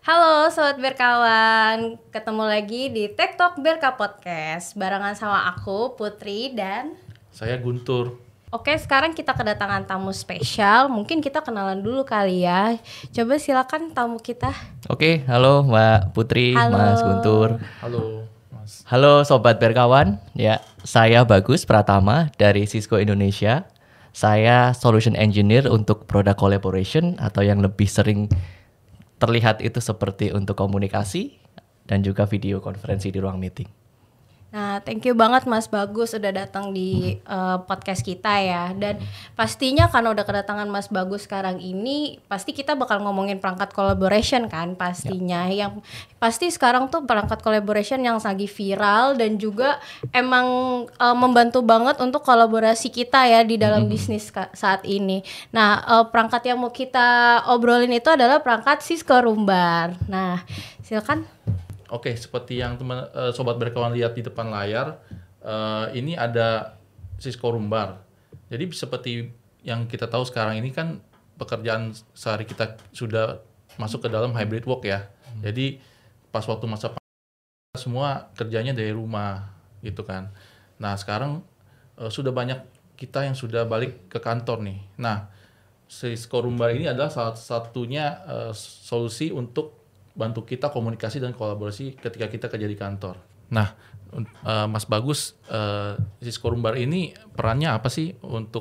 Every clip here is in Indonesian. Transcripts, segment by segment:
Halo Sobat Berkawan, ketemu lagi di Tech Talk Berka Podcast barengan sama aku Putri dan Saya Guntur. Oke, sekarang kita kedatangan tamu spesial. Mungkin kita kenalan dulu kali ya. Coba silakan tamu kita. Oke, halo Mbak Putri, Halo. Mas Guntur. Halo, Mas. Halo Sobat Berkawan. Ya, saya Bagus Pratama dari Cisco Indonesia. Saya Solution Engineer untuk Product Collaboration atau yang lebih sering terlihat itu seperti untuk komunikasi dan juga video konferensi di ruang meeting. Nah, thank you banget Mas Bagus udah datang di podcast kita ya. Dan pastinya karena udah kedatangan Mas Bagus sekarang ini, pasti kita bakal ngomongin perangkat collaboration kan pastinya. Yang pasti sekarang tuh perangkat collaboration yang lagi viral dan juga emang membantu banget untuk kolaborasi kita ya di dalam bisnis saat ini. Nah, perangkat yang mau kita obrolin itu adalah perangkat Cisco Rumbar. Nah, silakan. Oke, seperti yang Sobat Berkawan lihat di depan layar, ini ada Cisco Rumbar. Jadi seperti yang kita tahu sekarang ini kan pekerjaan sehari kita sudah masuk ke dalam hybrid work ya. Jadi pas waktu masa pandemi semua kerjanya dari rumah gitu kan. Nah sekarang sudah banyak kita yang sudah balik ke kantor nih. Nah Cisco Rumbar ini adalah salah satunya solusi untuk bantu kita komunikasi dan kolaborasi ketika kita kerja di kantor. Nah, Mas Bagus, Cisco Rumbar ini perannya apa sih untuk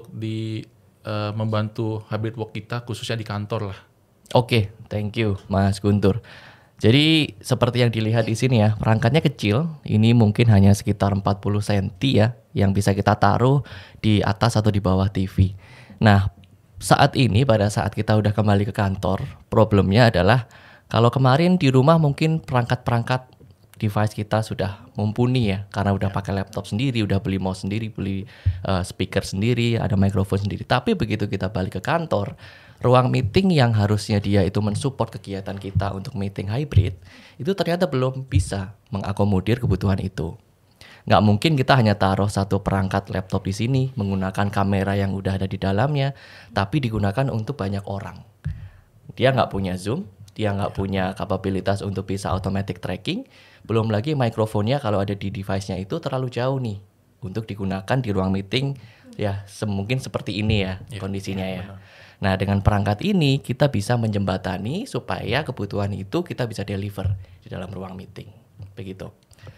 membantu hybrid work kita khususnya di kantor lah? Oke, thank you Mas Guntur. Jadi seperti yang dilihat di sini ya, perangkatnya kecil. Ini mungkin hanya sekitar 40 cm ya yang bisa kita taruh di atas atau di bawah TV. Nah, saat ini pada saat kita udah kembali ke kantor, problemnya adalah kalau kemarin di rumah mungkin perangkat-perangkat device kita sudah mumpuni ya, karena udah pakai laptop sendiri, udah beli mouse sendiri, beli speaker sendiri, ada mikrofon sendiri. Tapi begitu kita balik ke kantor, ruang meeting yang harusnya dia itu mensupport kegiatan kita untuk meeting hybrid, itu ternyata belum bisa mengakomodir kebutuhan itu. Nggak mungkin kita hanya taruh satu perangkat laptop di sini, menggunakan kamera yang udah ada di dalamnya, tapi digunakan untuk banyak orang. Dia nggak punya Zoom, dia nggak punya kapabilitas untuk bisa automatic tracking, belum lagi mikrofonnya kalau ada di device-nya itu terlalu jauh nih untuk digunakan di ruang meeting ya mungkin seperti ini ya kondisinya ya. Benar. Nah dengan perangkat ini kita bisa menjembatani supaya kebutuhan itu kita bisa deliver di dalam ruang meeting begitu.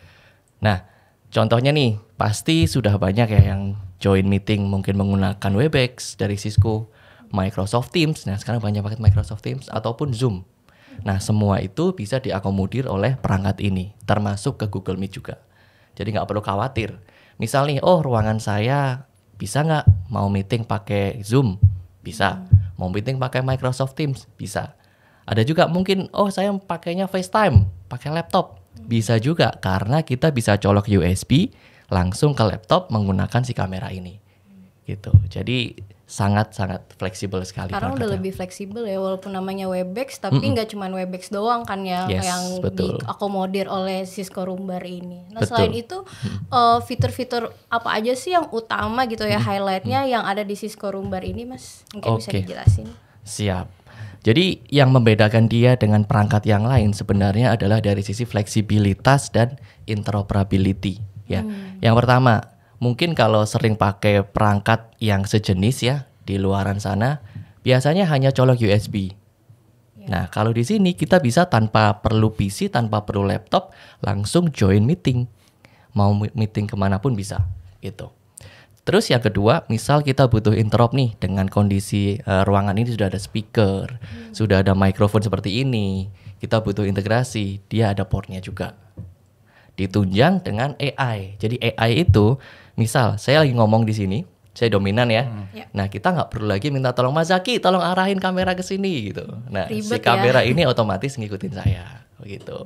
Nah contohnya nih pasti sudah banyak ya yang join meeting mungkin menggunakan Webex dari Cisco, Microsoft Teams. Nah sekarang banyak pakai Microsoft Teams ataupun Zoom. Nah semua itu bisa diakomodir oleh perangkat ini, termasuk ke Google Meet juga. Jadi nggak perlu khawatir. Misal nih, ruangan saya bisa nggak mau meeting pakai Zoom? Bisa. Mau meeting pakai Microsoft Teams? Bisa. Ada juga mungkin, saya pakainya FaceTime, pakai laptop. Bisa juga, karena kita bisa colok USB langsung ke laptop menggunakan si kamera ini. Gitu. Jadi sangat-sangat fleksibel sekali. Sekarang udah lebih fleksibel ya, walaupun namanya Webex, tapi nggak cuma Webex doang kan ya yang betul. diakomodir oleh Cisco Rumbar ini. Nah Betul. selain itu fitur-fitur apa aja sih yang utama gitu ya highlightnya yang ada di Cisco Rumbar ini Mas? Mungkin bisa Oke. dijelasin. Siap. Jadi yang membedakan dia dengan perangkat yang lain sebenarnya adalah dari sisi fleksibilitas dan interoperability ya. Yang pertama, mungkin kalau sering pakai perangkat yang sejenis ya di luaran sana, biasanya hanya colok USB. Nah, kalau di sini kita bisa tanpa perlu PC, tanpa perlu laptop, langsung join meeting. Mau meeting kemanapun bisa, gitu. Terus yang kedua, misal kita butuh interrupt nih dengan kondisi ruangan ini sudah ada speaker, sudah ada mikrofon seperti ini, kita butuh integrasi, dia ada portnya juga. Ditunjang dengan AI. Jadi AI itu, misal saya lagi ngomong di sini, saya dominan ya. Nah kita nggak perlu lagi minta tolong Mas Zaki, tolong arahin kamera ke sini gitu. Nah Ribet si kamera ini otomatis ngikutin saya, begitu.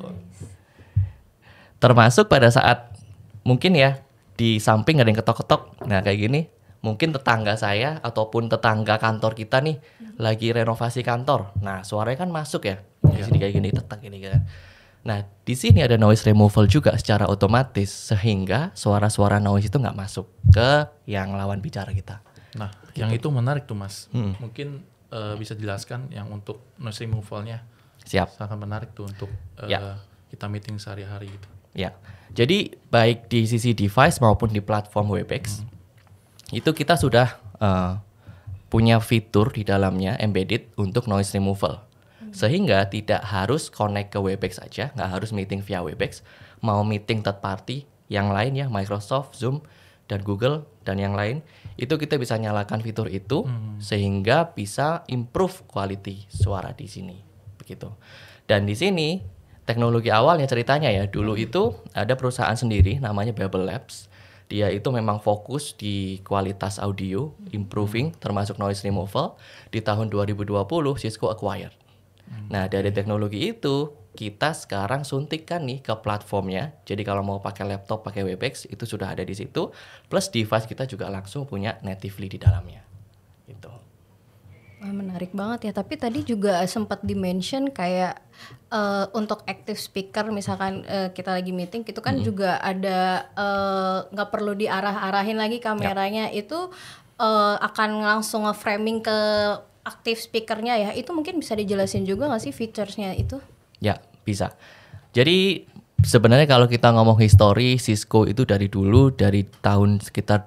Termasuk pada saat mungkin ya di samping ada yang ketok-ketok, nah kayak gini, mungkin tetangga saya ataupun tetangga kantor kita nih lagi renovasi kantor. Nah suaranya kan masuk ya, di sini kayak gini, tetak gini kan. Nah, di sini ada noise removal juga secara otomatis sehingga suara-suara noise itu nggak masuk ke yang lawan bicara kita. Nah, yang itu menarik tuh Mas. Mungkin bisa dijelaskan yang untuk noise removalnya. Siap. Sangat menarik tuh untuk Ya. kita meeting sehari-hari gitu. Ya, jadi baik di sisi device maupun di platform Webex itu kita sudah punya fitur di dalamnya embedded untuk noise removal, sehingga tidak harus connect ke Webex aja, nggak harus meeting via Webex, mau meeting third party yang lain ya, Microsoft, Zoom, dan Google dan yang lain, itu kita bisa nyalakan fitur itu sehingga bisa improve quality suara di sini, begitu. Dan di sini teknologi awalnya ceritanya ya, dulu itu ada perusahaan sendiri namanya Babel Labs. Dia itu memang fokus di kualitas audio, improving termasuk noise removal. Di tahun 2020 Cisco acquired. Nah, dari teknologi itu kita sekarang suntikkan nih ke platformnya. Jadi kalau mau pakai laptop, pakai Webex itu sudah ada di situ. Plus device kita juga langsung punya natively di dalamnya. Gitu. Wah, menarik banget ya. Tapi tadi juga sempat di-mention kayak untuk active speaker misalkan kita lagi meeting itu kan juga ada nggak perlu diarah-arahin lagi kameranya, itu akan langsung nge-framing ke active speakernya ya. Itu mungkin bisa dijelasin juga nggak sih featuresnya itu? Ya, bisa. Jadi sebenarnya kalau kita ngomong histori, Cisco itu dari dulu, dari tahun sekitar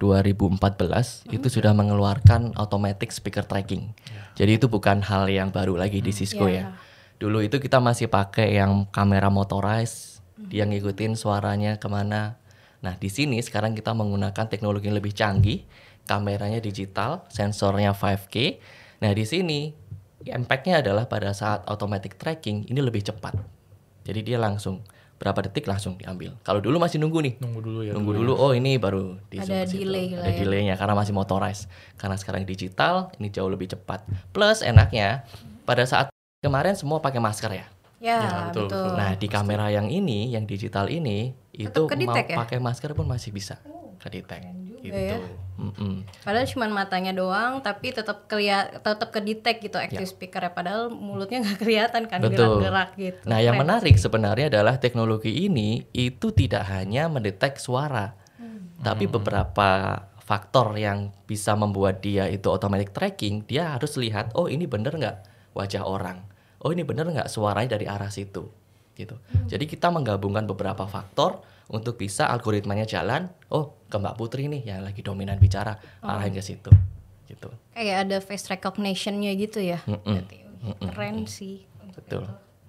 2014 itu sudah mengeluarkan automatic speaker tracking. Jadi itu bukan hal yang baru lagi di Cisco ya. Dulu itu kita masih pakai yang kamera motorized, dia ngikutin suaranya kemana. Nah di sini sekarang kita menggunakan teknologi yang lebih canggih, kameranya digital, sensornya 5K. Nah di sini impact-nya adalah pada saat automatic tracking ini lebih cepat. Jadi dia langsung berapa detik langsung diambil. Kalau dulu masih nunggu nih. Nunggu dulu ya. Nunggu dulu. Oh ini baru di Ada delay lah ada ya. delaynya karena masih motorized. Karena sekarang digital ini jauh lebih cepat. Plus enaknya pada saat kemarin semua pakai masker ya. Ya, betul, betul. betul. Nah di kamera yang ini, yang digital ini itu Tetap mau ke-detect ya? pakai masker pun masih bisa ke-detect. Gitu. ya. Padahal cuma matanya doang, tapi tetap ke-detect gitu active speaker ya. Padahal mulutnya nggak kelihatan kan, Betul. gerak-gerak gitu. Nah, yang Keren menarik sih. sebenarnya adalah teknologi ini itu tidak hanya mendetek suara, tapi beberapa faktor yang bisa membuat dia itu automatic tracking, dia harus lihat, oh ini bener nggak wajah orang, oh ini bener nggak suaranya dari arah situ, gitu. Jadi kita menggabungkan beberapa faktor untuk bisa algoritmanya jalan, oh ke Mbak Putri nih yang lagi dominan bicara, arahin ke situ, gitu. Kayak ada face recognition-nya gitu ya. Berarti. Keren sih. Betul.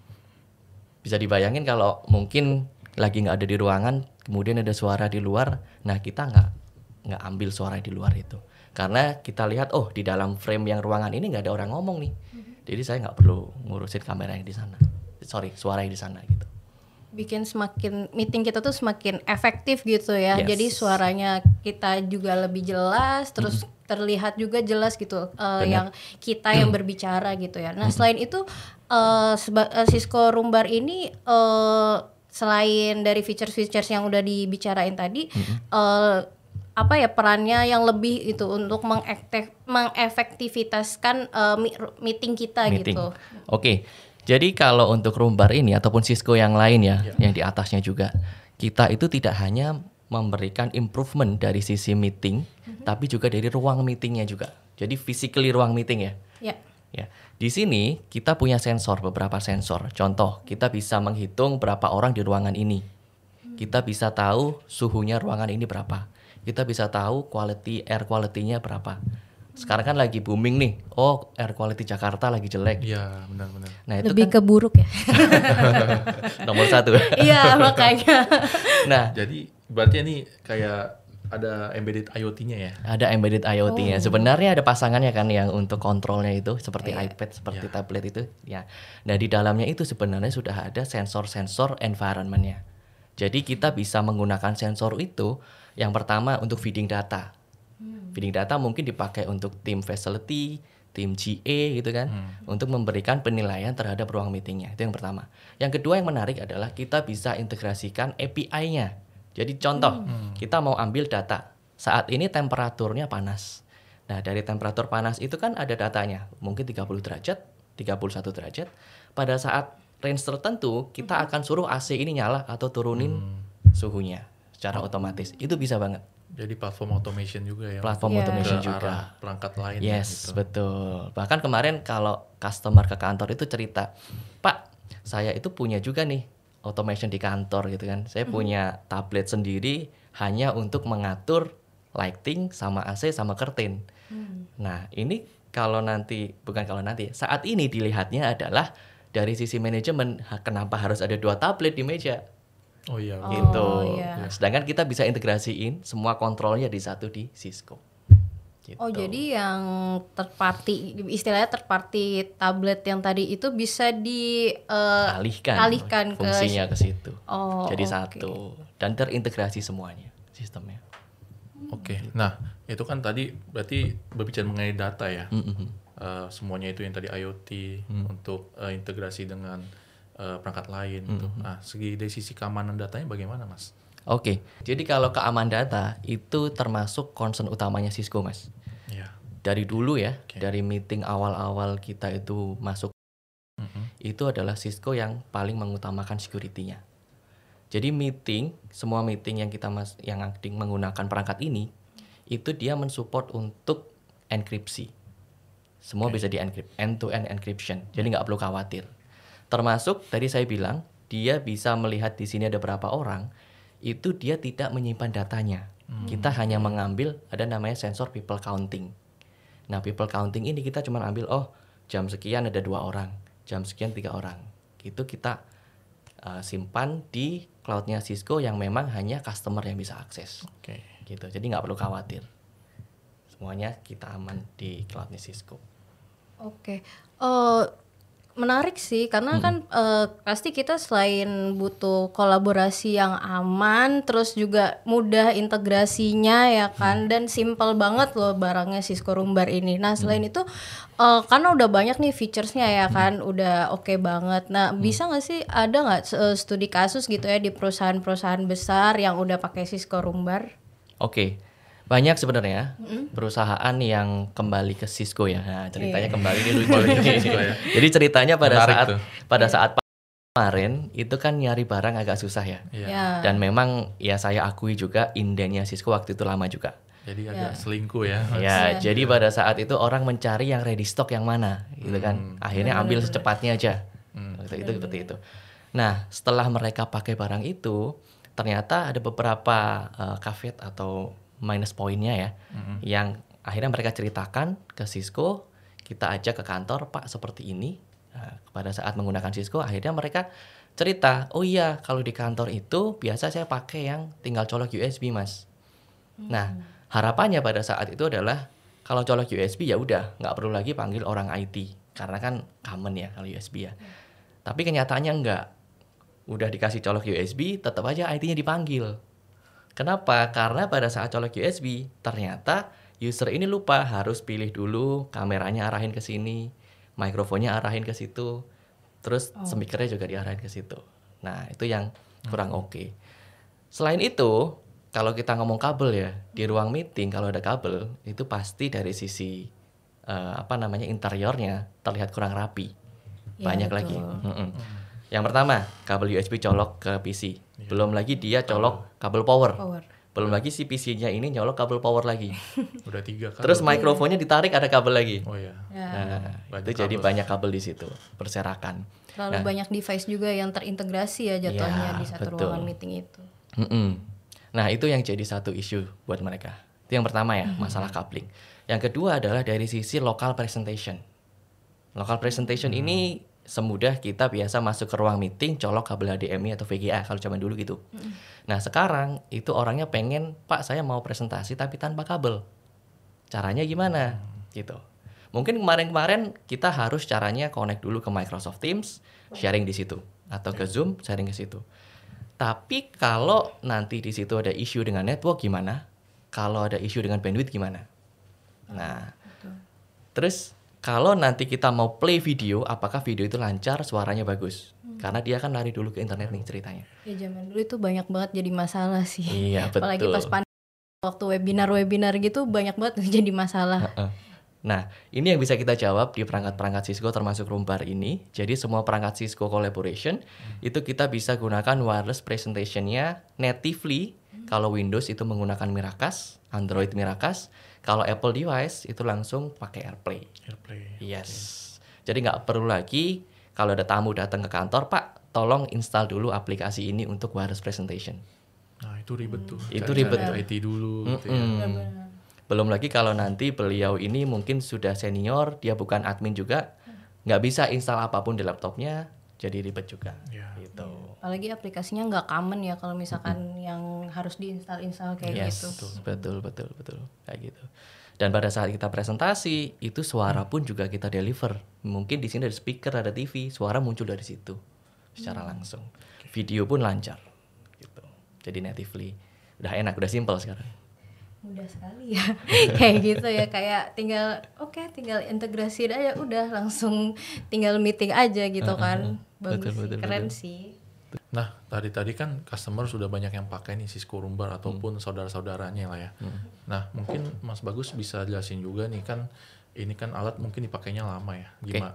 Bisa dibayangin kalau mungkin lagi nggak ada di ruangan, kemudian ada suara di luar, nah kita nggak ambil suara di luar itu, karena kita lihat oh di dalam frame yang ruangan ini nggak ada orang ngomong nih, jadi saya nggak perlu ngurusin kamera yang di sana, suara yang di sana gitu. Bikin semakin meeting kita tuh semakin efektif gitu ya. Yes. Jadi suaranya kita juga lebih jelas, terus terlihat juga jelas gitu yang kita yang berbicara gitu ya. Nah selain itu Cisco Roombar ini selain dari features-features yang udah dibicarain tadi, apa ya perannya yang lebih itu untuk mengefektivitaskan meeting kita gitu. Oke. Jadi kalau untuk Roombar ini ataupun Cisco yang lain ya, yang di atasnya juga, kita itu tidak hanya memberikan improvement dari sisi meeting, tapi juga dari ruang meetingnya juga. Jadi physically ruang meeting ya. Ya. Di sini kita punya sensor, beberapa sensor. Contoh, kita bisa menghitung berapa orang di ruangan ini. Kita bisa tahu suhunya ruangan ini berapa. Kita bisa tahu air quality-nya berapa. Sekarang kan lagi booming nih. Oh, air quality Jakarta lagi jelek. Iya, benar-benar. Nah, itu Lebih kan ke buruk ya. nomor 1. Iya makanya. Nah, Jadi berarti ini kayak ada embedded IoT-nya ya? ada embedded IoT-nya. Sebenarnya ada pasangannya kan yang untuk kontrolnya itu seperti iPad, seperti tablet itu. Ya. Nah, di dalamnya itu sebenarnya sudah ada sensor-sensor environment-nya. Jadi kita bisa menggunakan sensor itu yang pertama untuk feeding data. Feeding data mungkin dipakai untuk tim facility, tim GA gitu kan, untuk memberikan penilaian terhadap ruang meetingnya. Itu yang pertama. Yang kedua yang menarik adalah kita bisa integrasikan API-nya. Jadi contoh, kita mau ambil data. Saat ini temperaturnya panas. Nah, dari temperatur panas itu kan ada datanya. Mungkin 30 derajat, 31 derajat. Pada saat range tertentu, kita akan suruh AC ini nyala atau turunin suhunya secara otomatis. Itu bisa banget. Jadi platform automation juga ya? Platform automation ke juga. arah perangkat lain. Yes, gitu. betul. Bahkan kemarin kalau customer ke kantor itu cerita, Pak, saya itu punya juga nih automation di kantor gitu kan. Saya punya tablet sendiri hanya untuk mengatur lighting sama AC sama curtain. Nah, ini saat ini dilihatnya adalah dari sisi manajemen, kenapa harus ada 2 tablet di meja? Oh iya. Gitu. iya. Sedangkan kita bisa integrasiin semua kontrolnya di satu di Cisco. Gitu. Oh, jadi yang istilahnya third party tablet yang tadi itu bisa alihkan fungsinya ke situ. Oh, Jadi oke. satu dan terintegrasi semuanya sistemnya. Oke. Nah, itu kan tadi berarti berbicara mengenai data ya. Semuanya itu yang tadi IoT untuk integrasi dengan perangkat lain gitu. Nah, dari sisi keamanan datanya bagaimana, Mas? Oke. Jadi kalau keamanan data itu termasuk concern utamanya Cisco, Mas. Iya. Dari dulu ya, dari meeting awal-awal kita itu masuk, itu adalah Cisco yang paling mengutamakan security-nya. Jadi semua meeting yang yang menggunakan perangkat ini, itu dia mensupport untuk enkripsi. Semua bisa di-encrypt, end-to-end encryption. Jadi nggak perlu khawatir. Termasuk tadi saya bilang, dia bisa melihat di sini ada berapa orang, itu dia tidak menyimpan datanya. Kita hanya mengambil ada namanya sensor people counting. Nah, people counting ini kita cuma ambil, jam sekian ada 2 orang, jam sekian 3 orang. Itu kita simpan di cloudnya Cisco yang memang hanya customer yang bisa akses. Oke. Gitu. Jadi nggak perlu khawatir. Semuanya kita aman di cloudnya Cisco. Oke. Menarik sih karena kan pasti kita selain butuh kolaborasi yang aman, terus juga mudah integrasinya ya kan, dan simple banget loh barangnya Cisco Roombar ini. Nah, selain itu karena udah banyak nih featuresnya ya kan, udah oke banget. Nah, bisa nggak sih ada nggak studi kasus gitu ya di perusahaan-perusahaan besar yang udah pakai Cisco Roombar? Oke. Banyak sebenarnya perusahaan yang kembali ke Cisco ya. Nah, ceritanya kembali ini lucu nih. Jadi ceritanya pada saat kemarin itu kan nyari barang agak susah ya. Ya. Dan memang ya saya akui juga indennya Cisco waktu itu lama juga. Jadi agak selingkuh ya. Ya, jadi pada saat itu orang mencari yang ready stock yang mana, gitu kan. Akhirnya ambil secepatnya aja. Itu seperti itu. Nah, setelah mereka pakai barang itu, ternyata ada beberapa caveat atau minus poinnya ya, yang akhirnya mereka ceritakan ke Cisco, kita ajak ke kantor, Pak seperti ini. Nah, pada saat menggunakan Cisco, akhirnya mereka cerita, oh iya kalau di kantor itu biasa saya pakai yang tinggal colok USB, Mas. Nah, harapannya pada saat itu adalah kalau colok USB ya udah nggak perlu lagi panggil orang IT, karena kan common ya kalau USB ya. Tapi kenyataannya enggak, udah dikasih colok USB, tetap aja IT-nya dipanggil. Kenapa? Karena pada saat colok USB, ternyata user ini lupa harus pilih dulu kameranya arahin ke sini, mikrofonnya arahin ke situ, terus speakernya juga diarahin ke situ. Nah, itu yang kurang oke. Selain itu, kalau kita ngomong kabel ya, di ruang meeting kalau ada kabel, itu pasti dari sisi interiornya terlihat kurang rapi. Ya, Banyak betul. lagi. Yang pertama, kabel USB colok ke PC. Belum lagi dia colok kabel power. Belum lagi si PC-nya ini nyolok kabel power lagi. Udah 3 kabel. Terus mikrofonnya ditarik ada kabel lagi. Oh iya. Nah, itu jadi banyak kabel di situ, berserakan. Terlalu banyak device juga yang terintegrasi ya jatuhnya Ya, di satu betul. ruangan meeting itu. Nah, itu yang jadi satu isu buat mereka. Itu yang pertama ya, masalah coupling. Yang kedua adalah dari sisi local presentation. Local presentation ini semudah kita biasa masuk ke ruang meeting, colok kabel HDMI atau VGA kalau zaman dulu gitu. Nah, sekarang itu orangnya pengen, Pak saya mau presentasi tapi tanpa kabel. Caranya gimana? Gitu. Mungkin kemarin-kemarin kita harus caranya connect dulu ke Microsoft Teams, sharing di situ. Atau ke Zoom, sharing ke situ. Tapi kalau nanti di situ ada isu dengan network gimana? Kalau ada isu dengan bandwidth gimana? Nah, terus kalau nanti kita mau play video, apakah video itu lancar, suaranya bagus? Karena dia kan lari dulu ke internet nih ceritanya. Ya zaman dulu itu banyak banget jadi masalah sih. Iya, betul. Apalagi pas waktu webinar gitu banyak banget jadi masalah. Nah, ini yang bisa kita jawab di perangkat-perangkat Cisco termasuk Roombar ini. Jadi semua perangkat Cisco Collaboration itu kita bisa gunakan wireless presentation-nya natively. Kalau Windows itu menggunakan Miracast, Android Miracast. Kalau Apple device itu langsung pakai AirPlay. Yes. Jadi nggak perlu lagi kalau ada tamu datang ke kantor, Pak, tolong install dulu aplikasi ini untuk wireless presentation. Nah, itu ribet tuh. Itu Cari ribet. IT dulu gitu ya. Benar-benar. Belum lagi kalau nanti beliau ini mungkin sudah senior, dia bukan admin juga, nggak bisa install apapun di laptopnya, jadi ribet juga. Ya. Gitu. Apalagi aplikasinya nggak common ya kalau misalkan yang harus diinstal kayak Yes, gitu. betul kayak gitu. Dan pada saat kita presentasi itu suara pun juga kita deliver. Mungkin di sini ada speaker, ada TV, suara muncul dari situ secara langsung. Video pun lancar, gitu. Jadi natively, udah enak, udah simple sekarang. Mudah sekali ya kayak gitu ya, kayak tinggal tinggal integrasiin aja udah langsung tinggal meeting aja gitu kan. Bagus Betul, sih, keren sih. Nah, tadi kan customer sudah banyak yang pakai nih Cisco Roombar ataupun saudara-saudaranya lah ya. Nah, mungkin Mas Bagus bisa jelasin juga nih kan, ini kan alat mungkin dipakainya lama ya. Gimana?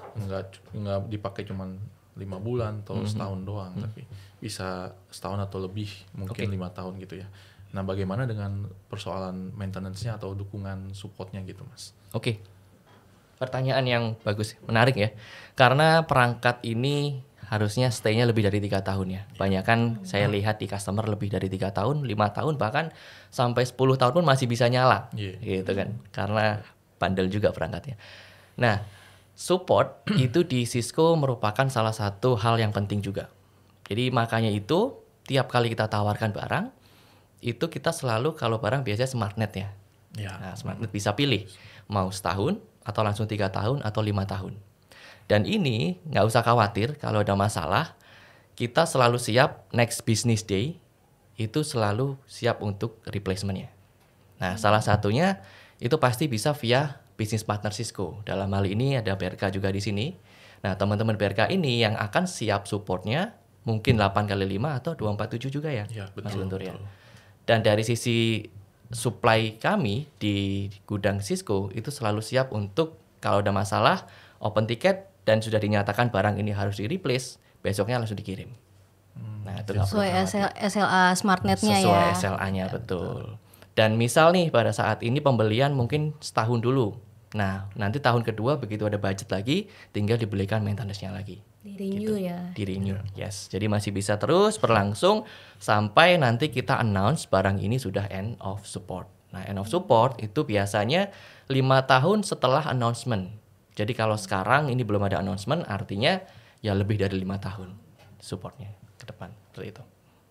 Nggak dipakai cuman 5 bulan atau setahun doang, tapi bisa setahun atau lebih, mungkin 5 tahun gitu ya. Nah, bagaimana dengan persoalan maintenance-nya atau dukungan support-nya gitu, Mas? Oke. Pertanyaan yang bagus, menarik ya. Karena perangkat ini harusnya stay-nya lebih dari 3 tahun ya. Banyak kan saya lihat di customer lebih dari 3 tahun, 5 tahun, bahkan sampai 10 tahun pun masih bisa nyala. Gitu kan. Karena bandel juga perangkatnya. Nah, support itu di Cisco merupakan salah satu hal yang penting juga. Jadi makanya itu tiap kali kita tawarkan barang, itu kita selalu kalau barang biasanya SmartNet ya. Nah, SmartNet bisa pilih mau setahun atau langsung 3 tahun atau 5 tahun. Dan ini nggak usah khawatir kalau ada masalah, kita selalu siap next business day itu selalu siap untuk replacement-nya. Nah, salah satunya itu pasti bisa via business partner Cisco. Dalam hal ini ada BRK juga di sini. Nah, teman-teman BRK ini yang akan siap supportnya mungkin 8x5 atau 247 juga ya, Mas Guntur ya. Dan dari sisi supply kami di gudang Cisco itu selalu siap untuk kalau ada masalah open ticket dan sudah dinyatakan barang ini harus di-replace, besoknya langsung dikirim. Nah, itu Sesuai SLA SmartNet-nya ya. Sesuai SLA-nya, betul. Dan misal nih pada saat ini pembelian mungkin setahun dulu. Nah, nanti tahun kedua begitu ada budget lagi, tinggal dibelikan maintenance-nya lagi. Di-renew ya. Di-renew, yes. Jadi masih bisa terus berlangsung sampai nanti kita announce barang ini sudah end of support. Nah, end of support itu biasanya 5 tahun setelah announcement. Jadi kalau sekarang ini belum ada announcement, artinya ya lebih dari 5 tahun supportnya ke depan. Seperti itu.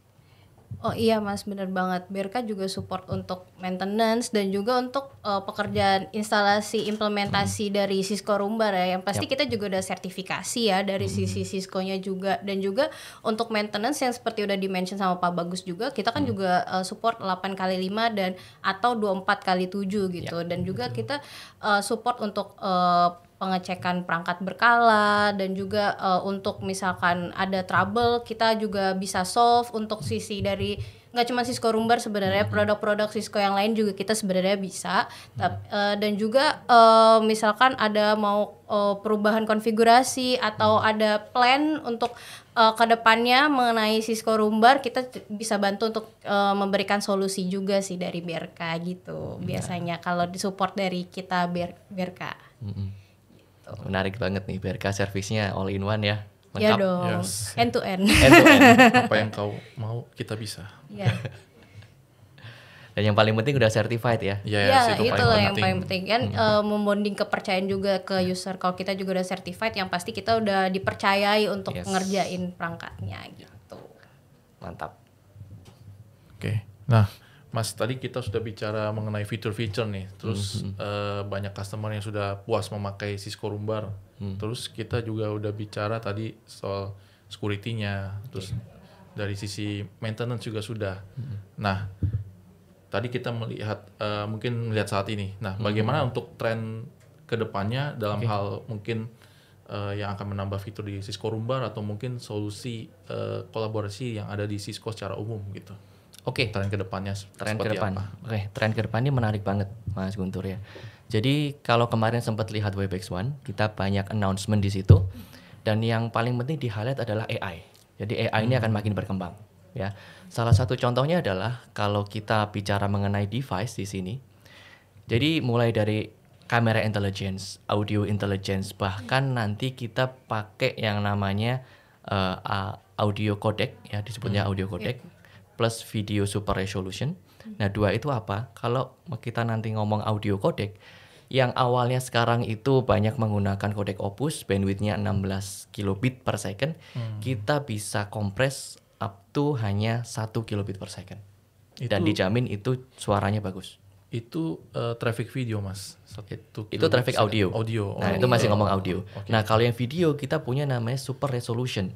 Oh iya Mas, bener banget. BRK juga support untuk maintenance dan juga untuk pekerjaan instalasi implementasi dari Cisco Roombar ya. Yang pasti kita juga udah sertifikasi ya dari sisi Cisco-nya juga. Dan juga untuk maintenance yang seperti udah di-mention sama Pak Bagus juga, kita kan juga support 8x5 dan atau 24x7 gitu. Dan juga kita support untuk pengecekan perangkat berkala dan juga untuk misalkan ada trouble kita juga bisa solve untuk sisi dari nggak cuma Cisco Roombar sebenarnya produk-produk Cisco yang lain juga kita sebenarnya bisa dan juga misalkan ada mau perubahan konfigurasi atau ada plan untuk kedepannya mengenai Cisco Roombar kita bisa bantu untuk memberikan solusi juga sih dari BRK gitu biasanya kalau disupport dari kita BRK. Menarik banget nih BRK servisnya all in one ya. Lengkap. Ya dong, end to end. Apa yang kau mau kita bisa. Ya. Dan yang paling penting udah certified ya. Ya, itu loh yang paling penting kan membonding kepercayaan juga ke user. Kalau kita juga udah certified, yang pasti kita udah dipercayai untuk ngerjain perangkatnya gitu. Mantap. Oke. Nah, Mas, tadi kita sudah bicara mengenai fitur-fitur nih. Terus banyak customer yang sudah puas memakai Cisco Roombar. Terus kita juga udah bicara tadi soal security-nya. Terus dari sisi maintenance juga sudah. Nah, tadi kita mungkin melihat saat ini. Nah, bagaimana untuk tren kedepannya dalam hal mungkin yang akan menambah fitur di Cisco Roombar atau mungkin solusi kolaborasi yang ada di Cisco secara umum gitu. Oke. Tren kedepannya Tren ke depan. apa? Oke, tren ke depan ini menarik banget Mas Guntur ya. Jadi kalau kemarin sempat lihat Webex One, kita banyak announcement di situ. Dan yang paling penting di highlight adalah AI. Jadi AI ini akan makin berkembang ya. Salah satu contohnya adalah kalau kita bicara mengenai device di sini. Jadi mulai dari kamera intelligence, audio intelligence, bahkan nanti kita pakai yang namanya audio codec ya, disebutnya audio codec plus video super resolution. Nah, dua itu apa? Kalau kita nanti ngomong audio codec, yang awalnya sekarang itu banyak menggunakan codec Opus, bandwidthnya 16 kilobit per second, kita bisa kompres up to hanya 1 kilobit per second. Dan dijamin itu suaranya bagus. Itu traffic video mas. Itu traffic audio. Nah itu masih ngomong audio. Okay. Nah kalau yang video kita punya namanya super resolution.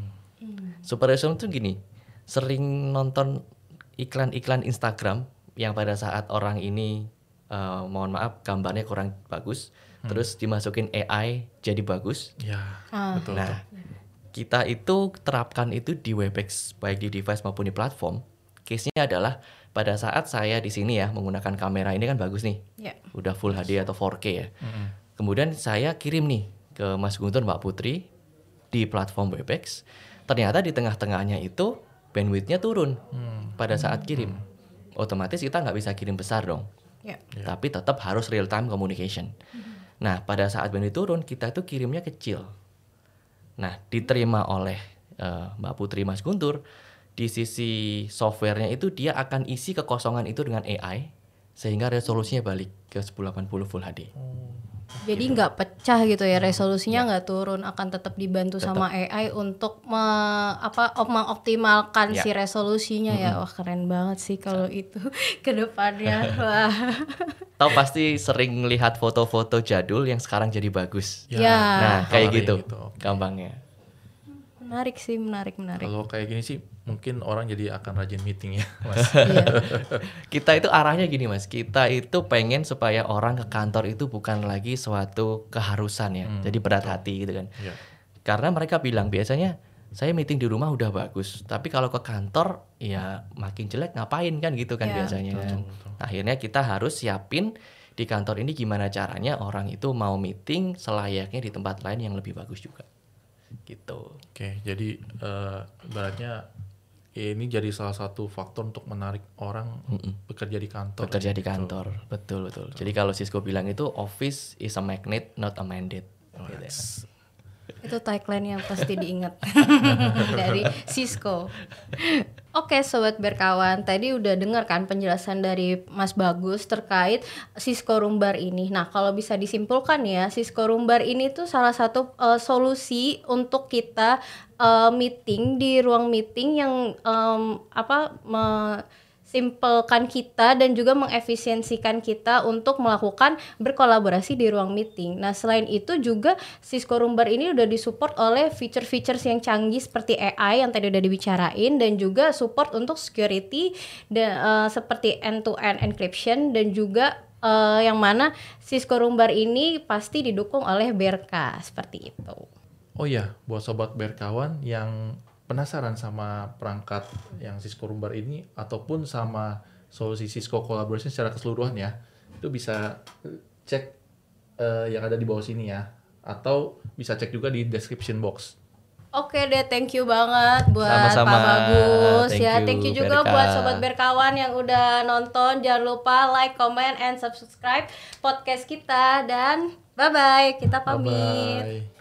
Super resolution itu gini, sering nonton iklan-iklan Instagram yang pada saat orang ini mohon maaf gambarnya kurang bagus, terus dimasukin AI jadi bagus. Ya betul. Nah kita itu terapkan itu di Webex baik di device maupun di platform. Case-nya adalah pada saat saya di sini ya menggunakan kamera ini kan bagus nih, udah Full HD atau 4K ya. Kemudian saya kirim nih ke Mas Guntur, Mbak Putri di platform Webex. Ternyata di tengah-tengahnya itu bandwidth-nya turun pada saat kirim. Otomatis kita nggak bisa kirim besar dong. Tapi tetap harus real time communication. Nah pada saat bandwidth turun kita itu kirimnya kecil. Nah diterima oleh Mbak Putri, Mas Guntur. Di sisi softwarenya itu dia akan isi kekosongan itu dengan AI sehingga resolusinya balik ke 1080 Full HD. Jadi nggak pecah gitu ya, resolusinya nggak turun, akan tetap dibantu sama AI untuk mengoptimalkan si resolusinya ya. Wah keren banget sih kalau itu ke depannya. Wah. Tahu pasti sering lihat foto-foto jadul yang sekarang jadi bagus. Ya. Nah kayak gitu gampangnya. Menarik sih, menarik. Kalau kayak gini sih mungkin orang jadi akan rajin meeting ya mas. Kita itu arahnya gini mas, kita itu pengen supaya orang ke kantor itu bukan lagi suatu keharusan ya, jadi berat hati gitu kan. Karena mereka bilang biasanya saya meeting di rumah udah bagus, tapi kalau ke kantor ya makin jelek ngapain kan gitu kan biasanya. Betul. Akhirnya kita harus siapin di kantor ini gimana caranya orang itu mau meeting selayaknya di tempat lain yang lebih bagus juga. Gitu. Oke, jadi ibaratnya ini jadi salah satu faktor untuk menarik orang bekerja di kantor. Bekerja di kantor, betul. Jadi kalau Cisco bilang itu office is a magnet, not a mandate. Gitu ya. Itu tagline yang pasti diingat dari Cisco. Oke Sobat Berkawan, tadi udah dengar kan penjelasan dari Mas Bagus terkait Cisco Roombar ini. Nah kalau bisa disimpulkan ya, Cisco Roombar ini tuh salah satu solusi untuk kita meeting di ruang meeting yang simpelkan kita dan juga mengefisiensikan kita untuk melakukan berkolaborasi di ruang meeting. Nah selain itu juga Cisco Roombar ini udah disupport oleh feature-features yang canggih seperti AI yang tadi udah dibicarain, dan juga support untuk security seperti end-to-end encryption, dan juga yang mana Cisco Roombar ini pasti didukung oleh BRK seperti itu. Oh iya, buat sobat Berkawan yang penasaran sama perangkat yang Cisco Roombar ini ataupun sama solusi Cisco Collaboration secara keseluruhan ya, itu bisa cek yang ada di bawah sini ya, atau bisa cek juga di description box. Oke deh, thank you banget buat Sama-sama. Pak Bagus. Thank you juga Berka. buat Sobat Berkawan yang udah nonton. Jangan lupa like, comment, and subscribe podcast kita. Dan bye-bye, kita pamit. Bye-bye.